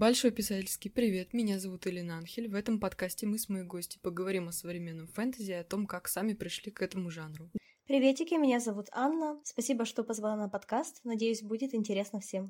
Большой писательский привет, меня зовут Элина Анхель. В этом подкасте мы с моей гостью поговорим о современном фэнтези и о том, как сами пришли к этому жанру. Приветики, меня зовут Анна. Спасибо, что позвала на подкаст. Надеюсь, будет интересно всем.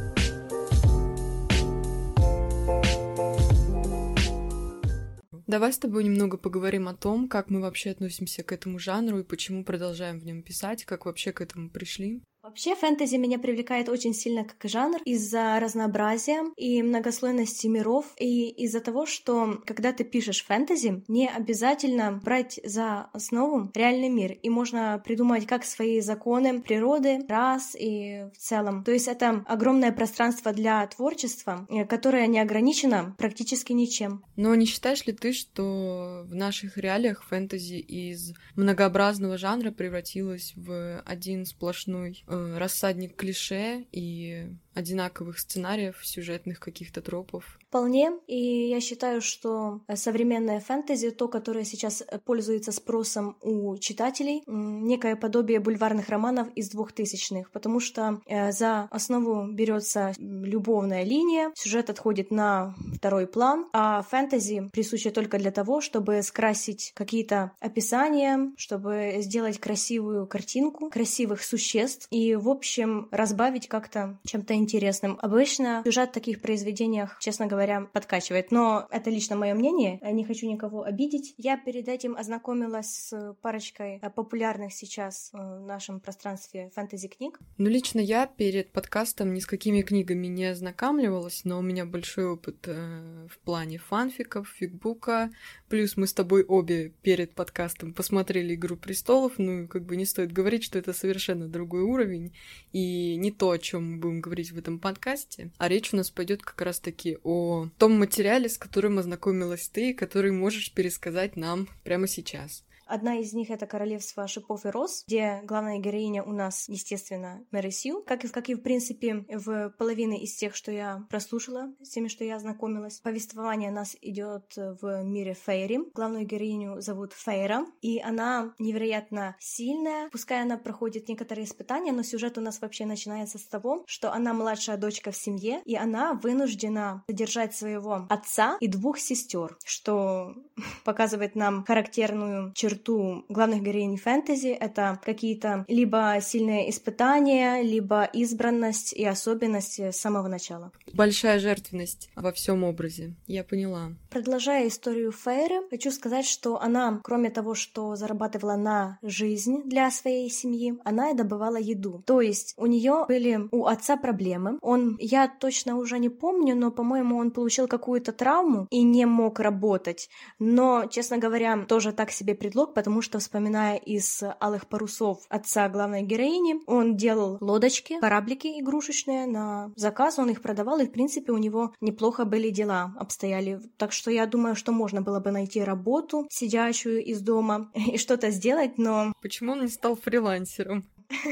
Давай с тобой немного поговорим о том, как мы вообще относимся к этому жанру и почему продолжаем в нем писать, как вообще к этому пришли. Вообще, фэнтези меня привлекает очень сильно как жанр из-за разнообразия и многослойности миров, и из-за того, что когда ты пишешь фэнтези, не обязательно брать за основу реальный мир, и можно придумать как свои законы природы, рас и в целом. То есть это огромное пространство для творчества, которое не ограничено практически ничем. Но не считаешь ли ты, что в наших реалиях фэнтези из многообразного жанра превратилось в один сплошной рассадник клише и одинаковых сценариев, сюжетных каких-то тропов? Вполне, и я считаю, что современное фэнтези, то, которое сейчас пользуется спросом у читателей, некое подобие бульварных романов из 2000-х, потому что за основу берется любовная линия, сюжет отходит на второй план, а фэнтези присуще только для того, чтобы скрасить какие-то описания, чтобы сделать красивую картинку, красивых существ и, в общем, разбавить как-то чем-то интересным. Обычно сюжет в таких произведениях, честно говоря, подкачивает, но это лично мое мнение, не хочу никого обидеть. Я перед этим ознакомилась с парочкой популярных сейчас в нашем пространстве фэнтези-книг. Ну, лично я перед подкастом ни с какими книгами не ознакомливалась, но у меня большой опыт в плане фанфиков, фикбука, плюс мы с тобой обе перед подкастом посмотрели «Игру престолов», ну, как бы не стоит говорить, что это совершенно другой уровень, и не то, о чем мы будем говорить в этом подкасте, а речь у нас пойдет как раз-таки о том материале, с которым ознакомилась ты, и который можешь пересказать нам прямо сейчас. Одна из них — это «Королевство шипов и роз», где главная героиня у нас, естественно, Мэри Сью. Как и в принципе, в половине из тех, что я прослушала, с теми, что я ознакомилась. Повествование у нас идет в мире фейри. Главную героиню зовут Фейра, и она невероятно сильная. Пускай она проходит некоторые испытания, но сюжет у нас вообще начинается с того, что она младшая дочка в семье, и она вынуждена содержать своего отца и двух сестер, что показывает нам характерную черту главных героинь фэнтези. Это какие-то либо сильные испытания, либо избранность и особенности с самого начала. Большая жертвенность во всем образе, я поняла. Продолжая историю Фейры, хочу сказать, что она, кроме того, что зарабатывала на жизнь для своей семьи, она и добывала еду. То есть у нее были у отца проблемы. Я точно уже не помню, но, по-моему, он получил какую-то травму и не мог работать. Но, честно говоря, тоже так себе предлог, потому что, вспоминая из «Алых парусов» отца главной героини, он делал лодочки, кораблики игрушечные на заказ, он их продавал, и, в принципе, у него неплохо были дела, обстояли. Так что я думаю, что можно было бы найти работу, сидячую из дома, и что-то сделать, но... Почему он не стал фрилансером?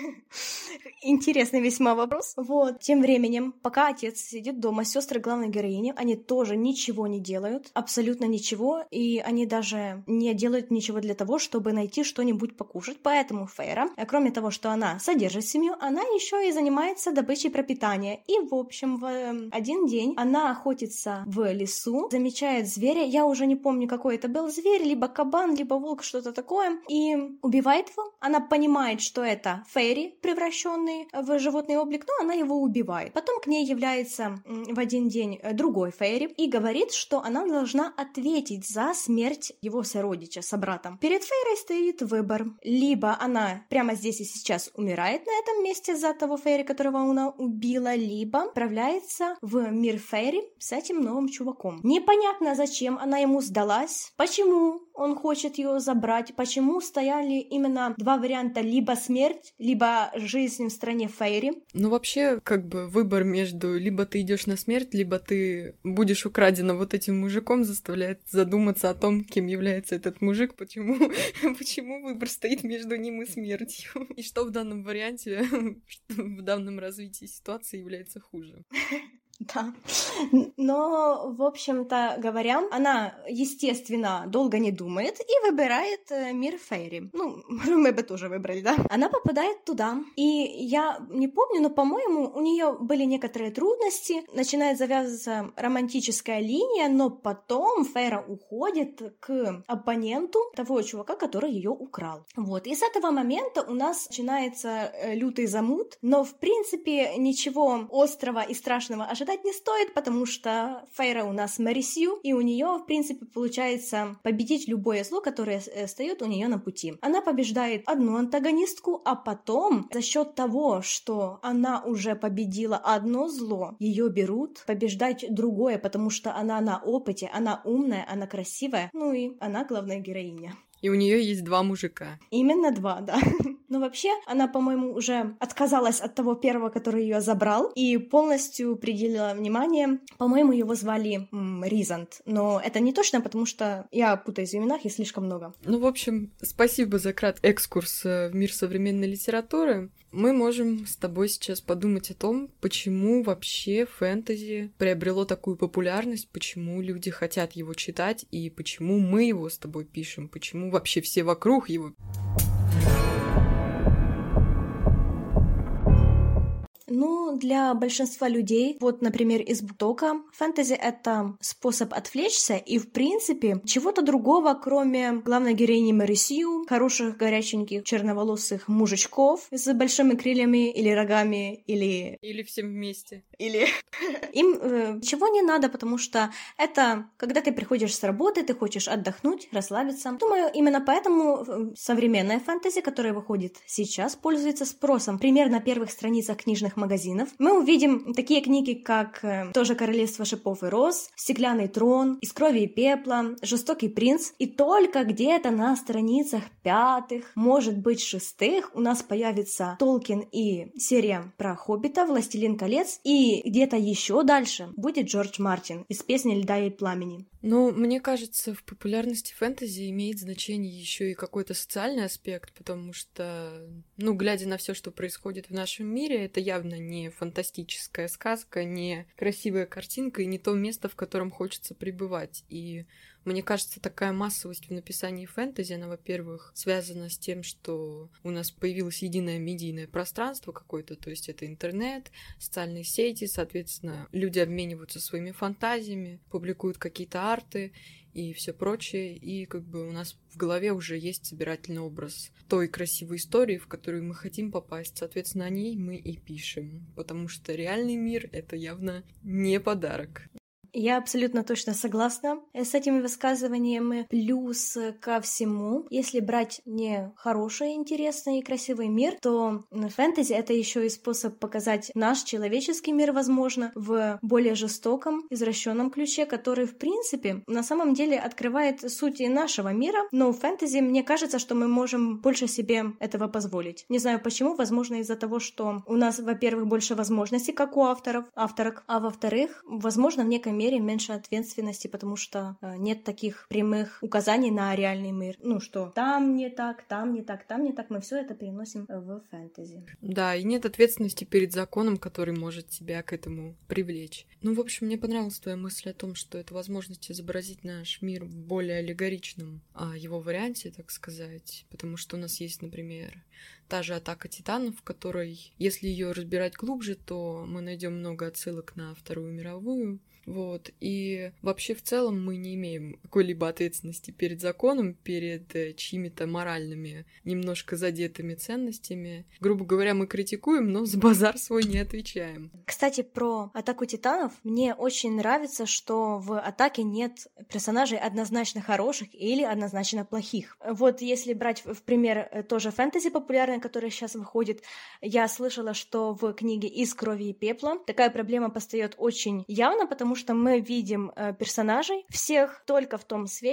Интересный весьма вопрос. Вот. Тем временем, пока отец сидит дома, сестры главной героини, они тоже ничего не делают, абсолютно ничего, и они даже не делают ничего для того, чтобы найти что-нибудь покушать. Поэтому Фейра, кроме того, что она содержит семью, она еще и занимается добычей пропитания. И, в общем, в один день она охотится в лесу, замечает зверя, я уже не помню, какой это был зверь, либо кабан, либо волк, что-то такое, и убивает его. Она понимает, что это фейри, превращенный в животный облик, но она его убивает. Потом к ней является в один день другой фейри и говорит, что она должна ответить за смерть его сородича, собрата. Перед фейрой стоит выбор. Либо она прямо здесь и сейчас умирает на этом месте за того фейри, которого она убила, либо отправляется в мир фейри с этим новым чуваком. Непонятно, зачем она ему сдалась, почему он хочет ее забрать, почему стояли именно два варианта: либо смерть, либо жизнь в стране фейри. Ну, вообще, как бы выбор между либо ты идешь на смерть, либо ты будешь украдена вот этим мужиком, заставляет задуматься о том, кем является этот мужик, почему выбор стоит между ним и смертью. И что в данном варианте, в данном развитии ситуации является хуже. Да. Но, в общем-то говоря, она, естественно, долго не думает и выбирает мир Фейри. Ну, мы бы тоже выбрали, да? Она попадает туда, и я не помню, но, по-моему, у нее были некоторые трудности, начинает завязываться романтическая линия, но потом Фейра уходит к оппоненту того чувака, который ее украл. Вот, и с этого момента у нас начинается лютый замут, но, в принципе, ничего острого и страшного ожидать не стоит, потому что Фейра у нас Мэри Сью, и у нее, в принципе, получается победить любое зло, которое встает у нее на пути. Она побеждает одну антагонистку, а потом за счет того, что она уже победила одно зло, ее берут побеждать другое, потому что она на опыте, она умная, она красивая, ну и она главная героиня. И у нее есть 2 мужика. Именно 2, да. Но вообще, она, по-моему, уже отказалась от того первого, который ее забрал, и полностью уделила внимание. По-моему, его звали Ризант. Но это не точно, потому что я путаюсь в именах, их слишком много. Ну, в общем, спасибо за краткий экскурс в мир современной литературы. Мы можем с тобой сейчас подумать о том, почему вообще фэнтези приобрело такую популярность, почему люди хотят его читать, и почему мы его с тобой пишем, почему вообще все вокруг его. Ну, для большинства людей, вот, например, из БУТОКа, фэнтези — это способ отвлечься и, в принципе, чего-то другого, кроме главной героини Мэри Сью, хороших, горяченьких, черноволосых мужичков с большими крыльями или рогами, или... Или всем вместе. Или... Им чего не надо, потому что это, когда ты приходишь с работы, ты хочешь отдохнуть, расслабиться. Думаю, именно поэтому современная фэнтези, которая выходит сейчас, пользуется спросом. Пример на первых страницах книжных магазинов. Мы увидим такие книги, как тоже «Королевство шипов и роз», «Стеклянный трон», «Из крови и пепла», «Жестокий принц». И только где-то на страницах 5, может быть 6, у нас появится Толкин и серия про Хоббита, «Властелин колец», и где-то еще дальше будет Джордж Мартин из «Песни льда и пламени». Ну, мне кажется, в популярности фэнтези имеет значение еще и какой-то социальный аспект, потому что, ну, глядя на все, что происходит в нашем мире, это явно не фантастическая сказка, не красивая картинка и не то место, в котором хочется пребывать. И мне кажется, такая массовость в написании фэнтези, она, во-первых, связана с тем, что у нас появилось единое медийное пространство какое-то, то есть это интернет, социальные сети, соответственно, люди обмениваются своими фантазиями, публикуют какие-то арты и все прочее, и как бы у нас в голове уже есть собирательный образ той красивой истории, в которую мы хотим попасть, соответственно, о ней мы и пишем, потому что реальный мир — это явно не подарок. Я абсолютно точно согласна с этими высказываниями. Плюс ко всему, если брать не хороший, интересный и красивый мир, то фэнтези — это еще и способ показать наш человеческий мир, возможно, в более жестоком, извращенном ключе, который, в принципе, на самом деле открывает суть нашего мира. Но в фэнтези, мне кажется, что мы можем больше себе этого позволить. Не знаю почему, возможно, из-за того, что у нас, во-первых, больше возможностей, как у авторок, а во-вторых, возможно, в некой мере меньше ответственности, потому что нет таких прямых указаний на реальный мир. Ну что, там не так, там не так, там не так. Мы все это переносим в фэнтези. Да, и нет ответственности перед законом, который может тебя к этому привлечь. Ну, в общем, мне понравилась твоя мысль о том, что это возможность изобразить наш мир в более аллегоричном его варианте, так сказать, потому что у нас есть, например, та же «Атака титанов», в которой, если ее разбирать глубже, то мы найдем много отсылок на Вторую мировую. Вот, и вообще в целом мы не имеем какой-либо ответственности перед законом, перед чьими-то моральными, немножко задетыми ценностями. Грубо говоря, мы критикуем, но за базар свой не отвечаем. Кстати, про «Атаку титанов» мне очень нравится, что в «Атаке» нет персонажей однозначно хороших или однозначно плохих. Вот если брать в пример тоже фэнтези популярное, которое сейчас выходит, я слышала, что в книге «Из крови и пепла» такая проблема постает очень явно, потому что мы видим персонажей всех только в том свете,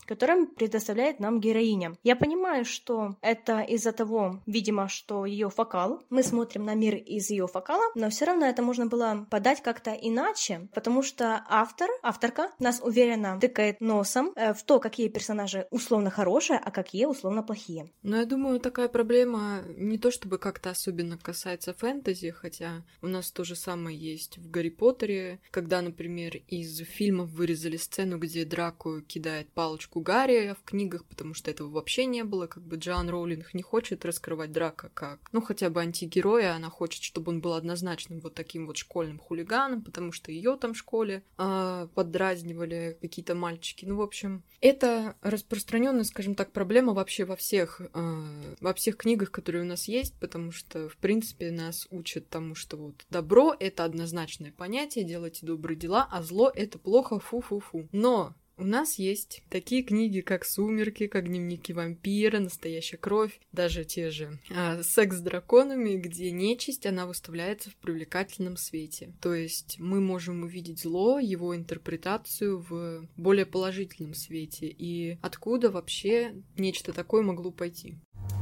которым предоставляет нам героиня. Я понимаю, что это из-за того, видимо, что ее фокал. Мы смотрим на мир из ее фокала, но все равно это можно было подать как-то иначе, потому что авторка нас уверенно тыкает носом в то, какие персонажи условно хорошие, а какие условно плохие. Но я думаю, такая проблема не то чтобы как-то особенно касается фэнтези, хотя у нас то же самое есть в Гарри Поттере, когда, например, из фильмов вырезали сцену, где Драко кидает палочку Гарри, а в книгах, потому что этого вообще не было, как бы Джоан Роулинг не хочет раскрывать Драко как, ну, хотя бы антигероя, она хочет, чтобы он был однозначным вот таким вот школьным хулиганом, потому что ее там в школе поддразнивали какие-то мальчики. Ну, в общем, это распространенная, скажем так, проблема вообще во всех книгах, которые у нас есть, потому что, в принципе, нас учат тому, что вот добро — это однозначное понятие, делайте добрые дела, а зло — это плохо, фу-фу-фу. Но у нас есть такие книги, как «Сумерки», как «Дневники вампира», «Настоящая кровь», даже те же «Секс с драконами», где нечисть, она выставляется в привлекательном свете. То есть мы можем увидеть зло, его интерпретацию в более положительном свете. И откуда вообще нечто такое могло пойти?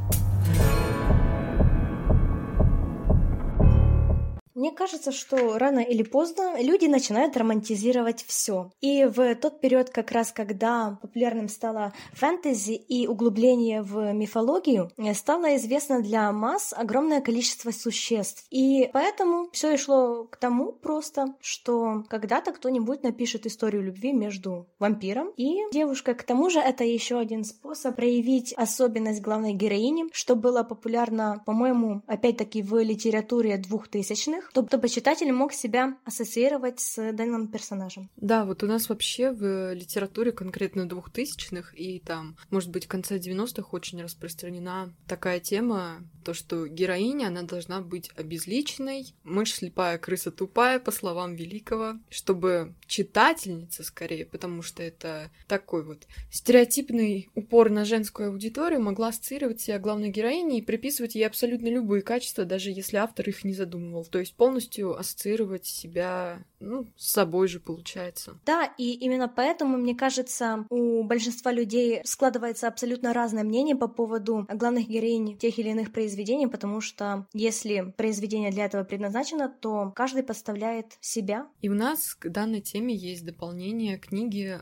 Мне кажется, что рано или поздно люди начинают романтизировать все. И в тот период, как раз когда популярным стало фэнтези и углубление в мифологию, стало известно для масс огромное количество существ. И поэтому все и шло к тому просто, что когда-то кто-нибудь напишет историю любви между вампиром и девушкой. К тому же это еще один способ проявить особенность главной героини, что было популярно, по-моему, опять-таки в литературе 2000-х, чтобы читатель мог себя ассоциировать с данным персонажем. Да, вот у нас вообще в литературе конкретно 2000-х и там, может быть, в конце 90-х очень распространена такая тема, то, что героиня, она должна быть обезличенной, мышь слепая, крыса тупая, по словам Великого, чтобы читательница, скорее, потому что это такой вот стереотипный упор на женскую аудиторию, могла ассоциировать себя главной героиней и приписывать ей абсолютно любые качества, даже если автор их не задумывал. То есть полностью ассоциировать себя, с собой же получается. Да, и именно поэтому, мне кажется, у большинства людей складывается абсолютно разное мнение по поводу главных героинь тех или иных произведений, потому что если произведение для этого предназначено, то каждый подставляет себя. И у нас к данной теме есть дополнение книги,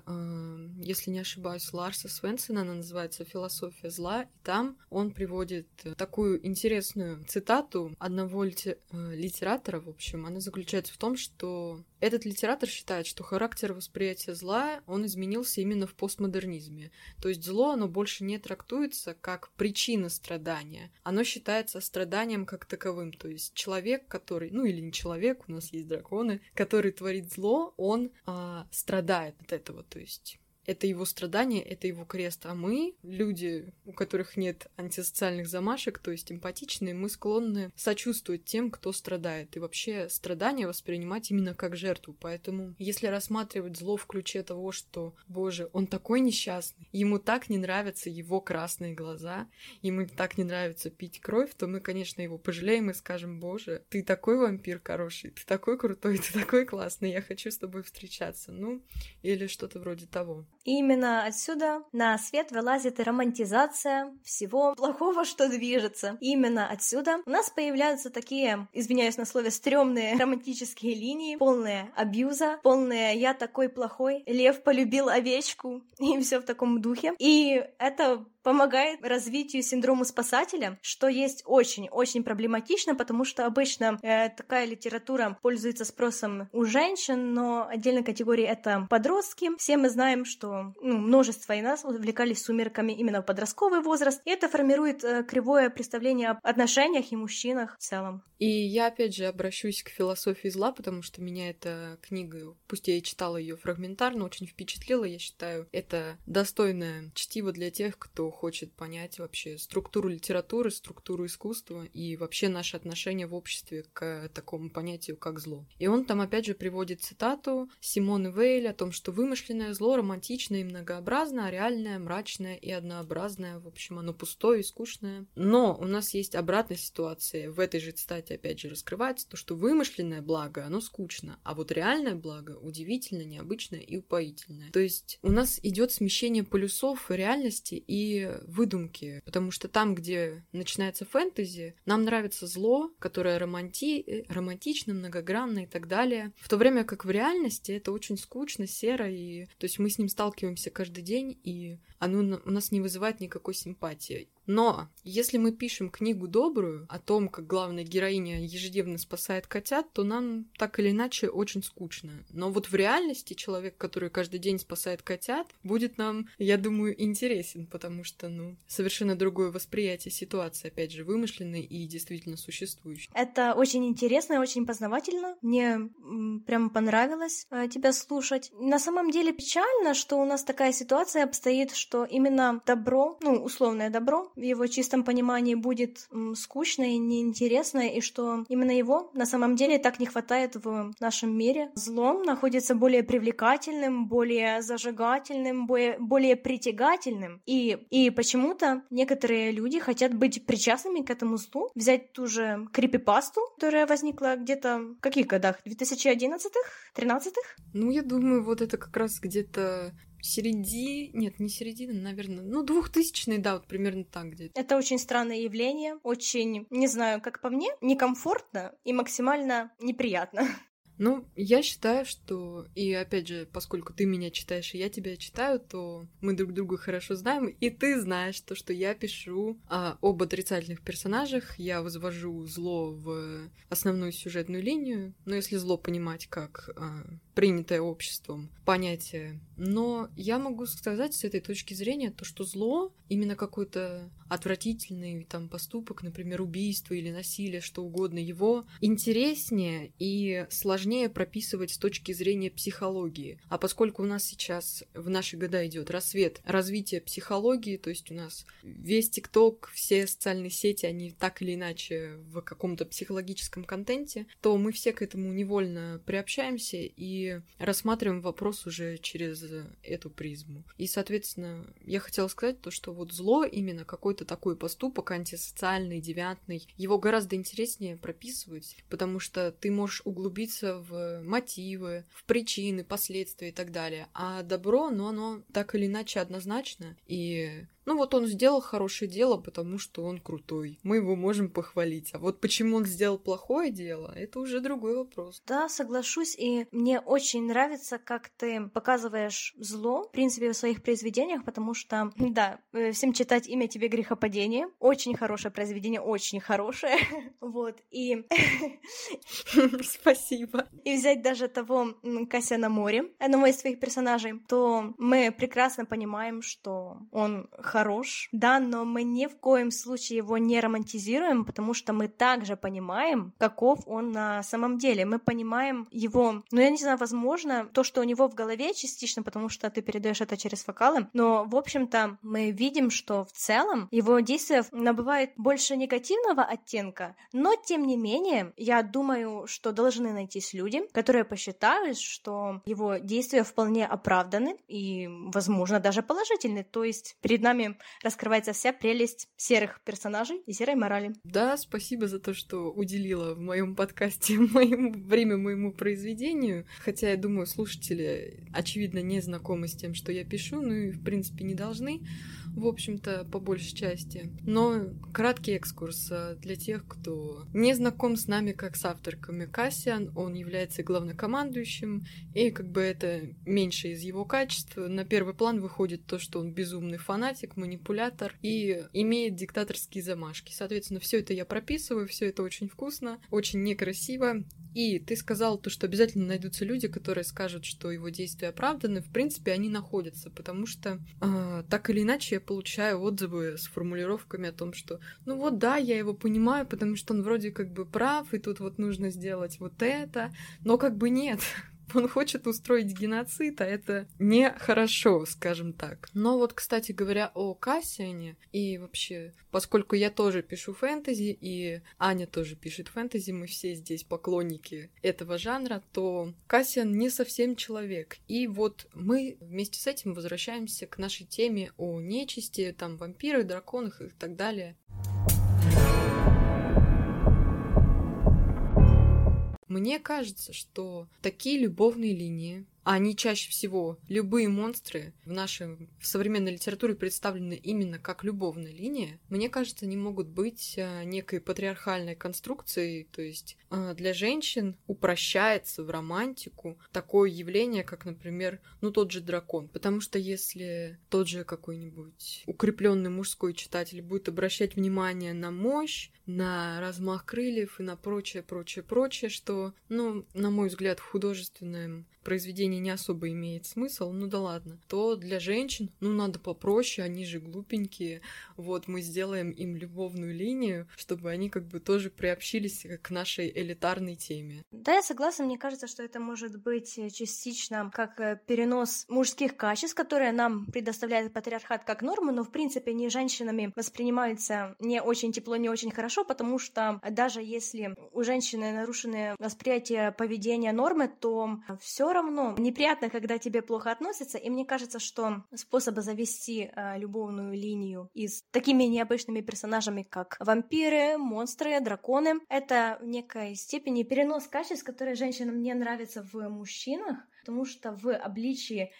если не ошибаюсь, Ларса Свенсона, она называется «Философия зла», и там он приводит такую интересную цитату одного литератора, в общем, она заключается в том, что этот литератор считает, что характер восприятия зла, он изменился именно в постмодернизме. То есть зло, оно больше не трактуется как причина страдания. Оно считается страданием как таковым. То есть человек, который, или не человек, у нас есть драконы, который творит зло, он страдает от этого. То есть это его страдание, это его крест. А мы, люди, у которых нет антисоциальных замашек, то есть эмпатичные, мы склонны сочувствовать тем, кто страдает. И вообще страдание воспринимать именно как жертву. Поэтому если рассматривать зло в ключе того, что, боже, он такой несчастный, ему так не нравятся его красные глаза, ему так не нравится пить кровь, то мы, конечно, его пожалеем и скажем: боже, ты такой вампир хороший, ты такой крутой, ты такой классный, я хочу с тобой встречаться. Или что-то вроде того. И именно отсюда на свет вылазит и романтизация всего плохого, что движется. И именно отсюда у нас появляются такие, извиняюсь на слове, стрёмные романтические линии, полные абьюза, полные «я такой плохой», «лев полюбил овечку» и все в таком духе. И это помогает развитию синдрома спасателя, что есть очень-очень проблематично, потому что обычно такая литература пользуется спросом у женщин, но отдельной категории это подростки. Все мы знаем, что множество из нас увлекались «Сумерками» именно в подростковый возраст, и это формирует кривое представление об отношениях и мужчинах в целом. И я опять же обращусь к «Философии зла», потому что меня эта книга, пусть я и читала ее фрагментарно, очень впечатлила. Я считаю, это достойное чтиво для тех, кто хочет понять вообще структуру литературы, структуру искусства и вообще наше отношение в обществе к такому понятию, как зло. И он там опять же приводит цитату Симоны Вейль о том, что вымышленное зло романтичное и многообразно, а реальное мрачное и однообразное. В общем, оно пустое и скучное. Но у нас есть обратная ситуация. В этой же цитате опять же раскрывается то, что вымышленное благо, оно скучно, а вот реальное благо удивительно, необычное и упоительное. То есть у нас идет смещение полюсов реальности и выдумки, потому что там, где начинается фэнтези, нам нравится зло, которое романтично, многогранно и так далее, в то время как в реальности это очень скучно, серо, и то есть мы с ним сталкиваемся каждый день, и оно у нас не вызывает никакой симпатии. Но если мы пишем книгу добрую о том, как главная героиня ежедневно спасает котят, то нам так или иначе очень скучно. Но вот в реальности человек, который каждый день спасает котят, будет нам, я думаю, интересен, потому что, совершенно другое восприятие ситуации, опять же, вымышленной и действительно существующей. Это очень интересно и очень познавательно. Мне прям понравилось тебя слушать. На самом деле печально, что у нас такая ситуация обстоит, что именно добро, условное добро, в его чистом понимании будет скучно и неинтересно, и что именно его на самом деле так не хватает в нашем мире. Зло находится более привлекательным, более зажигательным, более притягательным. И почему-то некоторые люди хотят быть причастными к этому злу, взять ту же крипипасту, которая возникла где-то в каких годах? 2011-х? 13-х? Я думаю, вот это как раз где-то не середина, наверное, 2000-е, да, вот примерно так где-то. Это очень странное явление, очень, не знаю, как по мне, некомфортно и максимально неприятно. Я считаю, что, и опять же, поскольку ты меня читаешь, и я тебя читаю, то мы друг друга хорошо знаем, и ты знаешь то, что я пишу об отрицательных персонажах, я возвожу зло в основную сюжетную линию, если зло понимать как принятое обществом понятие. Но я могу сказать с этой точки зрения то, что зло, именно какой-то отвратительный поступок, например, убийство или насилие, что угодно, его интереснее и сложнее прописывать с точки зрения психологии. А поскольку у нас сейчас в наши года идет рассвет развития психологии, то есть у нас весь ТикТок, все социальные сети, они так или иначе в каком-то психологическом контенте, то мы все к этому невольно приобщаемся и рассматриваем вопрос уже через эту призму. И, соответственно, я хотела сказать то, что вот зло, именно какой-то такой поступок антисоциальный, девиантный, его гораздо интереснее прописывать, потому что ты можешь углубиться в мотивы, в причины, последствия и так далее. А добро, оно так или иначе однозначно. И он сделал хорошее дело, потому что он крутой. Мы его можем похвалить. А вот почему он сделал плохое дело, это уже другой вопрос. Да, соглашусь, и мне очень нравится, как ты показываешь зло, в принципе, в своих произведениях, потому что, да, всем читать «Имя тебе грехопадение». Очень хорошее произведение, очень хорошее. Вот, и... Спасибо. И взять даже того Кася на море, одного из своих персонажей, то мы прекрасно понимаем, что он хорош, да, но мы ни в коем случае его не романтизируем, потому что мы также понимаем, каков он на самом деле. Мы понимаем его, я не знаю, возможно, то, что у него в голове частично, потому что ты передаешь это через вокалы, но, в общем-то, мы видим, что в целом его действия набывают больше негативного оттенка, но, тем не менее, я думаю, что должны найтись люди, которые посчитают, что его действия вполне оправданы и, возможно, даже положительны, то есть перед нами раскрывается вся прелесть серых персонажей и серой морали. Да, спасибо за то, что уделила в моем подкасте время моему произведению. Хотя, я думаю, слушатели, очевидно, не знакомы с тем, что я пишу, и, в принципе, не должны, в общем-то, по большей части. Но краткий экскурс для тех, кто не знаком с нами как с авторками. Кассиан, он является главнокомандующим, и это меньше из его качеств. На первый план выходит то, что он безумный фанатик, манипулятор и имеет диктаторские замашки. Соответственно, все это я прописываю, все это очень вкусно, очень некрасиво. И ты сказал то, что обязательно найдутся люди, которые скажут, что его действия оправданы. В принципе, они находятся, потому что так или иначе я получаю отзывы с формулировками о том, что да, я его понимаю, потому что он вроде прав, и тут нужно сделать вот это, но нет. Он хочет устроить геноцид, а это нехорошо, скажем так. Но вот, кстати говоря, о Кассиане, и вообще, поскольку я тоже пишу фэнтези, и Аня тоже пишет фэнтези, мы все здесь поклонники этого жанра, то Кассиан не совсем человек. И вот мы вместе с этим возвращаемся к нашей теме о нечисти, там, вампирах, драконах и так далее. Мне кажется, что такие любовные линии, они чаще всего, любые монстры в современной литературе представлены именно как любовная линия, мне кажется, они могут быть некой патриархальной конструкцией, то есть для женщин упрощается в романтику такое явление, как, например, тот же дракон. Потому что если тот же какой-нибудь укрепленный мужской читатель будет обращать внимание на мощь, на размах крыльев и на прочее, что, на мой взгляд, в художественном произведение не особо имеет смысл, да ладно, то для женщин, надо попроще, они же глупенькие, вот мы сделаем им любовную линию, чтобы они как бы тоже приобщились к нашей элитарной теме. Да, я согласна, мне кажется, что это может быть частично как перенос мужских качеств, которые нам предоставляет патриархат как норму, но в принципе они женщинами воспринимаются не очень тепло, не очень хорошо, потому что даже если у женщины нарушенное восприятие поведения нормы, то все равно неприятно, когда к тебе плохо относятся, и мне кажется, что способы завести любовную линию и с такими необычными персонажами, как вампиры, монстры, драконы, это в некой степени перенос качеств, которые женщинам не нравятся в мужчинах, потому что в обличии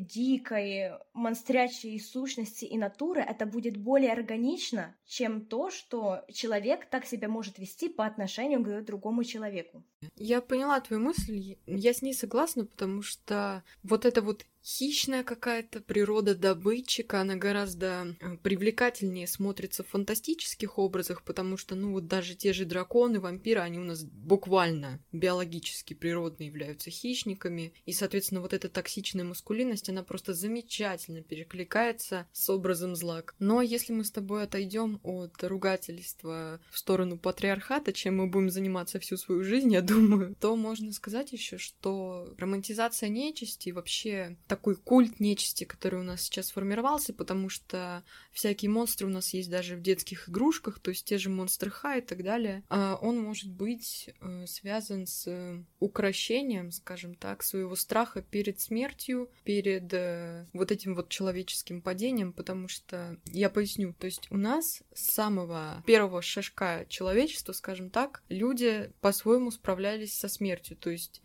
дикой, монстрячей сущности и натуры это будет более органично, чем то, что человек так себя может вести по отношению к другому человеку. Я поняла твою мысль, я с ней согласна, потому что вот это вот хищная какая-то природа добытчика, она гораздо привлекательнее смотрится в фантастических образах, потому что, даже те же драконы, вампиры, они у нас буквально биологически природно являются хищниками, и, соответственно, вот эта токсичная маскулинность, она просто замечательно перекликается с образом зла. Но если мы с тобой отойдем от ругательства в сторону патриархата, чем мы будем заниматься всю свою жизнь, я думаю, то можно сказать еще, что романтизация нечисти и вообще такой культ нечисти, который у нас сейчас сформировался, потому что всякие монстры у нас есть даже в детских игрушках, то есть те же Monster High и так далее, он может быть связан с укрощением, скажем так, своего страха перед смертью, перед вот этим вот человеческим падением, потому что, я поясню, то есть у нас с самого первого шажка человечества, скажем так, люди по-своему справлялись со смертью, то есть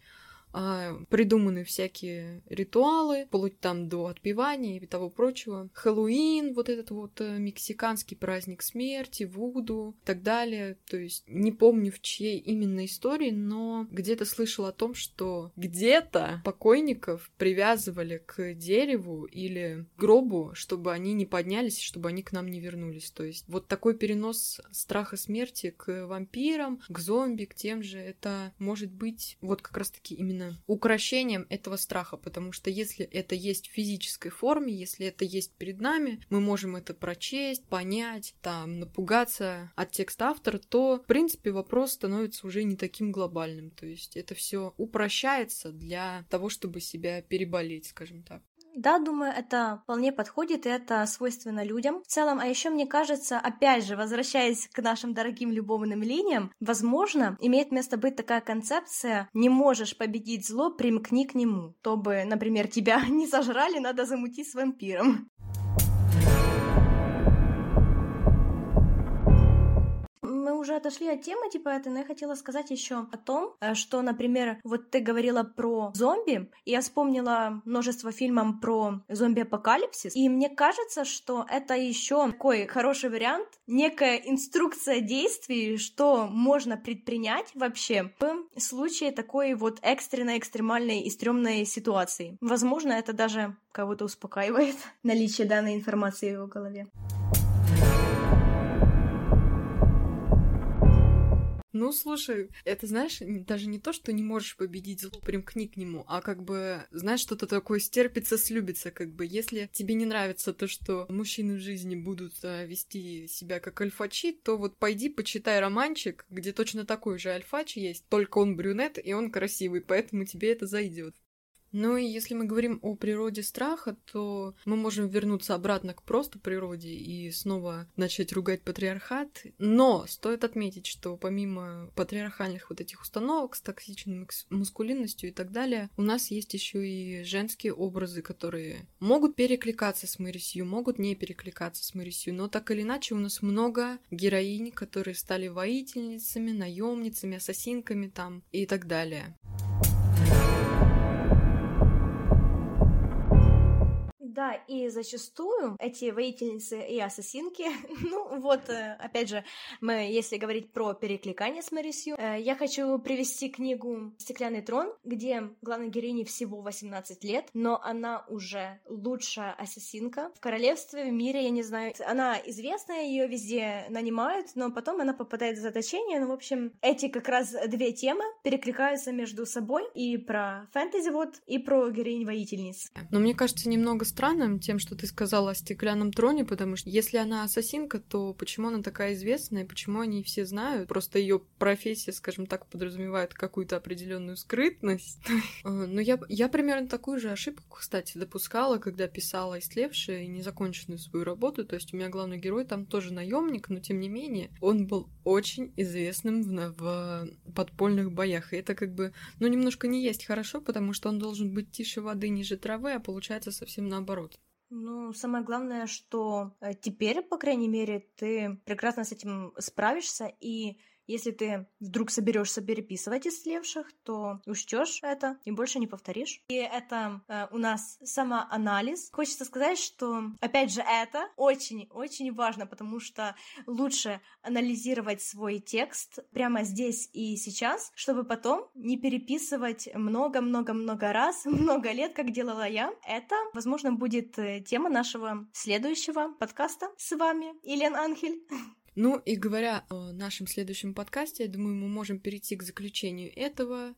придуманы всякие ритуалы, вплоть там до отпевания и того прочего. Хэллоуин, вот этот вот мексиканский праздник смерти, вуду и так далее. То есть не помню, в чьей именно истории, но где-то слышала о том, что где-то покойников привязывали к дереву или гробу, чтобы они не поднялись, чтобы они к нам не вернулись. То есть вот такой перенос страха смерти к вампирам, к зомби, к тем же, это может быть вот как раз-таки именно укрощением этого страха, потому что если это есть в физической форме, если это есть перед нами, мы можем это прочесть, понять, там, напугаться от текста автора, то, в принципе, вопрос становится уже не таким глобальным, то есть это все упрощается для того, чтобы себя переболеть, скажем так. Да, думаю, это вполне подходит, и это свойственно людям в целом. А еще мне кажется, опять же, возвращаясь к нашим дорогим любовным линиям, возможно, имеет место быть такая концепция: не можешь победить зло, примкни к нему. Чтобы, например, тебя не сожрали, надо замутить с вампиром. Мы уже отошли от темы, но я хотела сказать еще о том, что, например, вот ты говорила про зомби, и я вспомнила множество фильмов про зомби-апокалипсис, и мне кажется, что это еще такой хороший вариант, некая инструкция действий, что можно предпринять вообще в случае такой вот экстренной, экстремальной и стрёмной ситуации. Возможно, это даже кого-то успокаивает, наличие данной информации в его голове. Ну, слушай, это, знаешь, даже не то, что не можешь победить зло, примкни к нему, а как бы, знаешь, что-то такое стерпится, слюбится, как бы. Если тебе не нравится то, что мужчины в жизни будут вести себя как альфачи, то вот пойди почитай романчик, где точно такой же альфач есть, только он брюнет и он красивый, поэтому тебе это зайдет. Ну и если мы говорим о природе страха, то мы можем вернуться обратно к просто природе и снова начать ругать патриархат. Но стоит отметить, что помимо патриархальных вот этих установок с токсичной маскулинностью и так далее, у нас есть еще и женские образы, которые могут перекликаться с Мэри Сью, могут не перекликаться с Мэри Сью, но так или иначе у нас много героинь, которые стали воительницами, наемницами, ассасинками там и так далее. Да, и зачастую эти воительницы и ассасинки, ну вот, опять же, мы, если говорить про перекликание с Мэри Сью, я хочу привести книгу «Стеклянный трон», где главной героине всего 18 лет, но она уже лучшая ассасинка в королевстве, в мире, я не знаю. Она известная, ее везде нанимают, но потом она попадает в заточение. Ну, в общем, эти как раз две темы перекликаются между собой, и про фэнтези вот, и про героинь-воительниц. Но мне кажется, немного странным тем, что ты сказала о стеклянном троне, потому что если она ассасинка, то почему она такая известная, почему они все знают? Просто ее профессия, скажем так, подразумевает какую-то определенную скрытность. Но я примерно такую же ошибку, кстати, допускала, когда писала «Истлевшие» и незаконченную свою работу. То есть у меня главный герой там тоже наемник, но тем не менее он был очень известным в подпольных боях. И это как бы, ну, немножко не есть хорошо, потому что он должен быть тише воды, ниже травы, а получается совсем наоборот. Ну, самое главное, что теперь, по крайней мере, ты прекрасно с этим справишься, и если ты вдруг соберешься переписывать «Истлевших», то учтешь это и больше не повторишь. И это у нас самоанализ. Хочется сказать, что, опять же, это очень-очень важно, потому что лучше анализировать свой текст прямо здесь и сейчас, чтобы потом не переписывать много-много-много раз, много лет, как делала я. Это, возможно, будет тема нашего следующего подкаста с вами, Елен Анхель. Ну и говоря о нашем следующем подкасте, я думаю, мы можем перейти к заключению этого.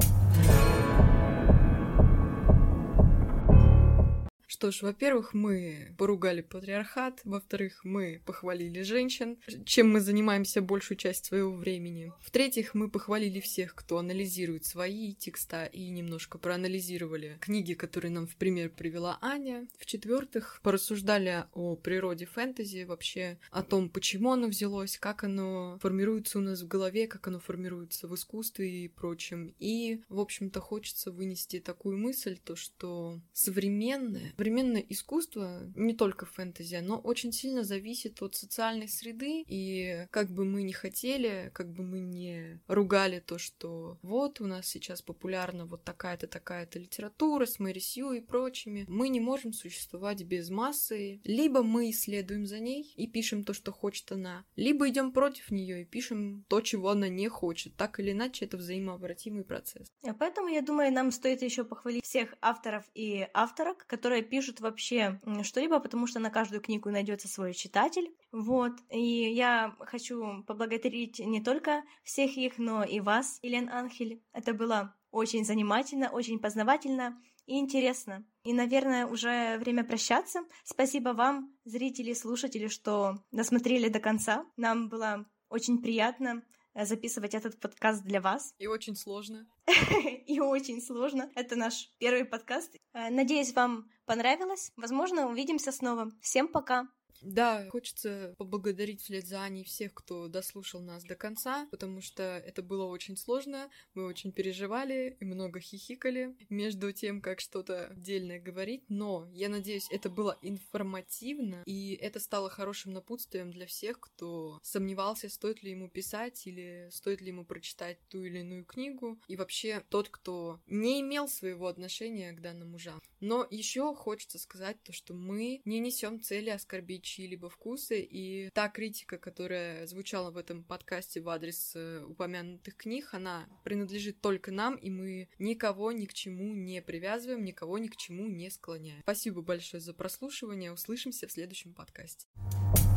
Что ж, во-первых, мы поругали патриархат, во-вторых, мы похвалили женщин, чем мы занимаемся большую часть своего времени. В-третьих, мы похвалили всех, кто анализирует свои текста и немножко проанализировали книги, которые нам в пример привела Аня. В-четвертых, порассуждали о природе фэнтези, вообще о том, почему оно взялось, как оно формируется у нас в голове, как оно формируется в искусстве и прочем. И, в общем-то, хочется вынести такую мысль, то что современное искусство, не только фэнтези, оно очень сильно зависит от социальной среды, и как бы мы ни хотели, как бы мы не ругали то, что вот у нас сейчас популярна вот такая-то литература с Мэри Сью и прочими, мы не можем существовать без массы. Либо мы исследуем за ней и пишем то, что хочет она, либо идем против нее и пишем то, чего она не хочет. Так или иначе, это взаимообратимый процесс. А поэтому, я думаю, нам стоит еще похвалить всех авторов и авторок, которые пишут вообще что-либо, потому что на каждую книгу найдется свой читатель. Вот. И я хочу поблагодарить не только всех их, но и вас, Елен Анхель. Это было очень занимательно, очень познавательно и интересно. И, наверное, уже время прощаться. Спасибо вам, зрители и слушатели, что досмотрели до конца. Нам было очень приятно записывать этот подкаст для вас. И очень сложно. И очень сложно. Это наш первый подкаст. Надеюсь, вам понравилось. Возможно, увидимся снова. Всем пока! Да, хочется поблагодарить вслед за Аней всех, кто дослушал нас до конца, потому что это было очень сложно, мы очень переживали и много хихикали между тем, как что-то отдельное говорить, но я надеюсь, это было информативно, и это стало хорошим напутствием для всех, кто сомневался, стоит ли ему писать или стоит ли ему прочитать ту или иную книгу, и вообще тот, кто не имел своего отношения к данному жанру. Но еще хочется сказать то, что мы не несем цели оскорбить чьи-либо вкусы, и та критика, которая звучала в этом подкасте в адрес упомянутых книг, она принадлежит только нам, и мы никого ни к чему не привязываем, никого ни к чему не склоняем. Спасибо большое за прослушивание, услышимся в следующем подкасте.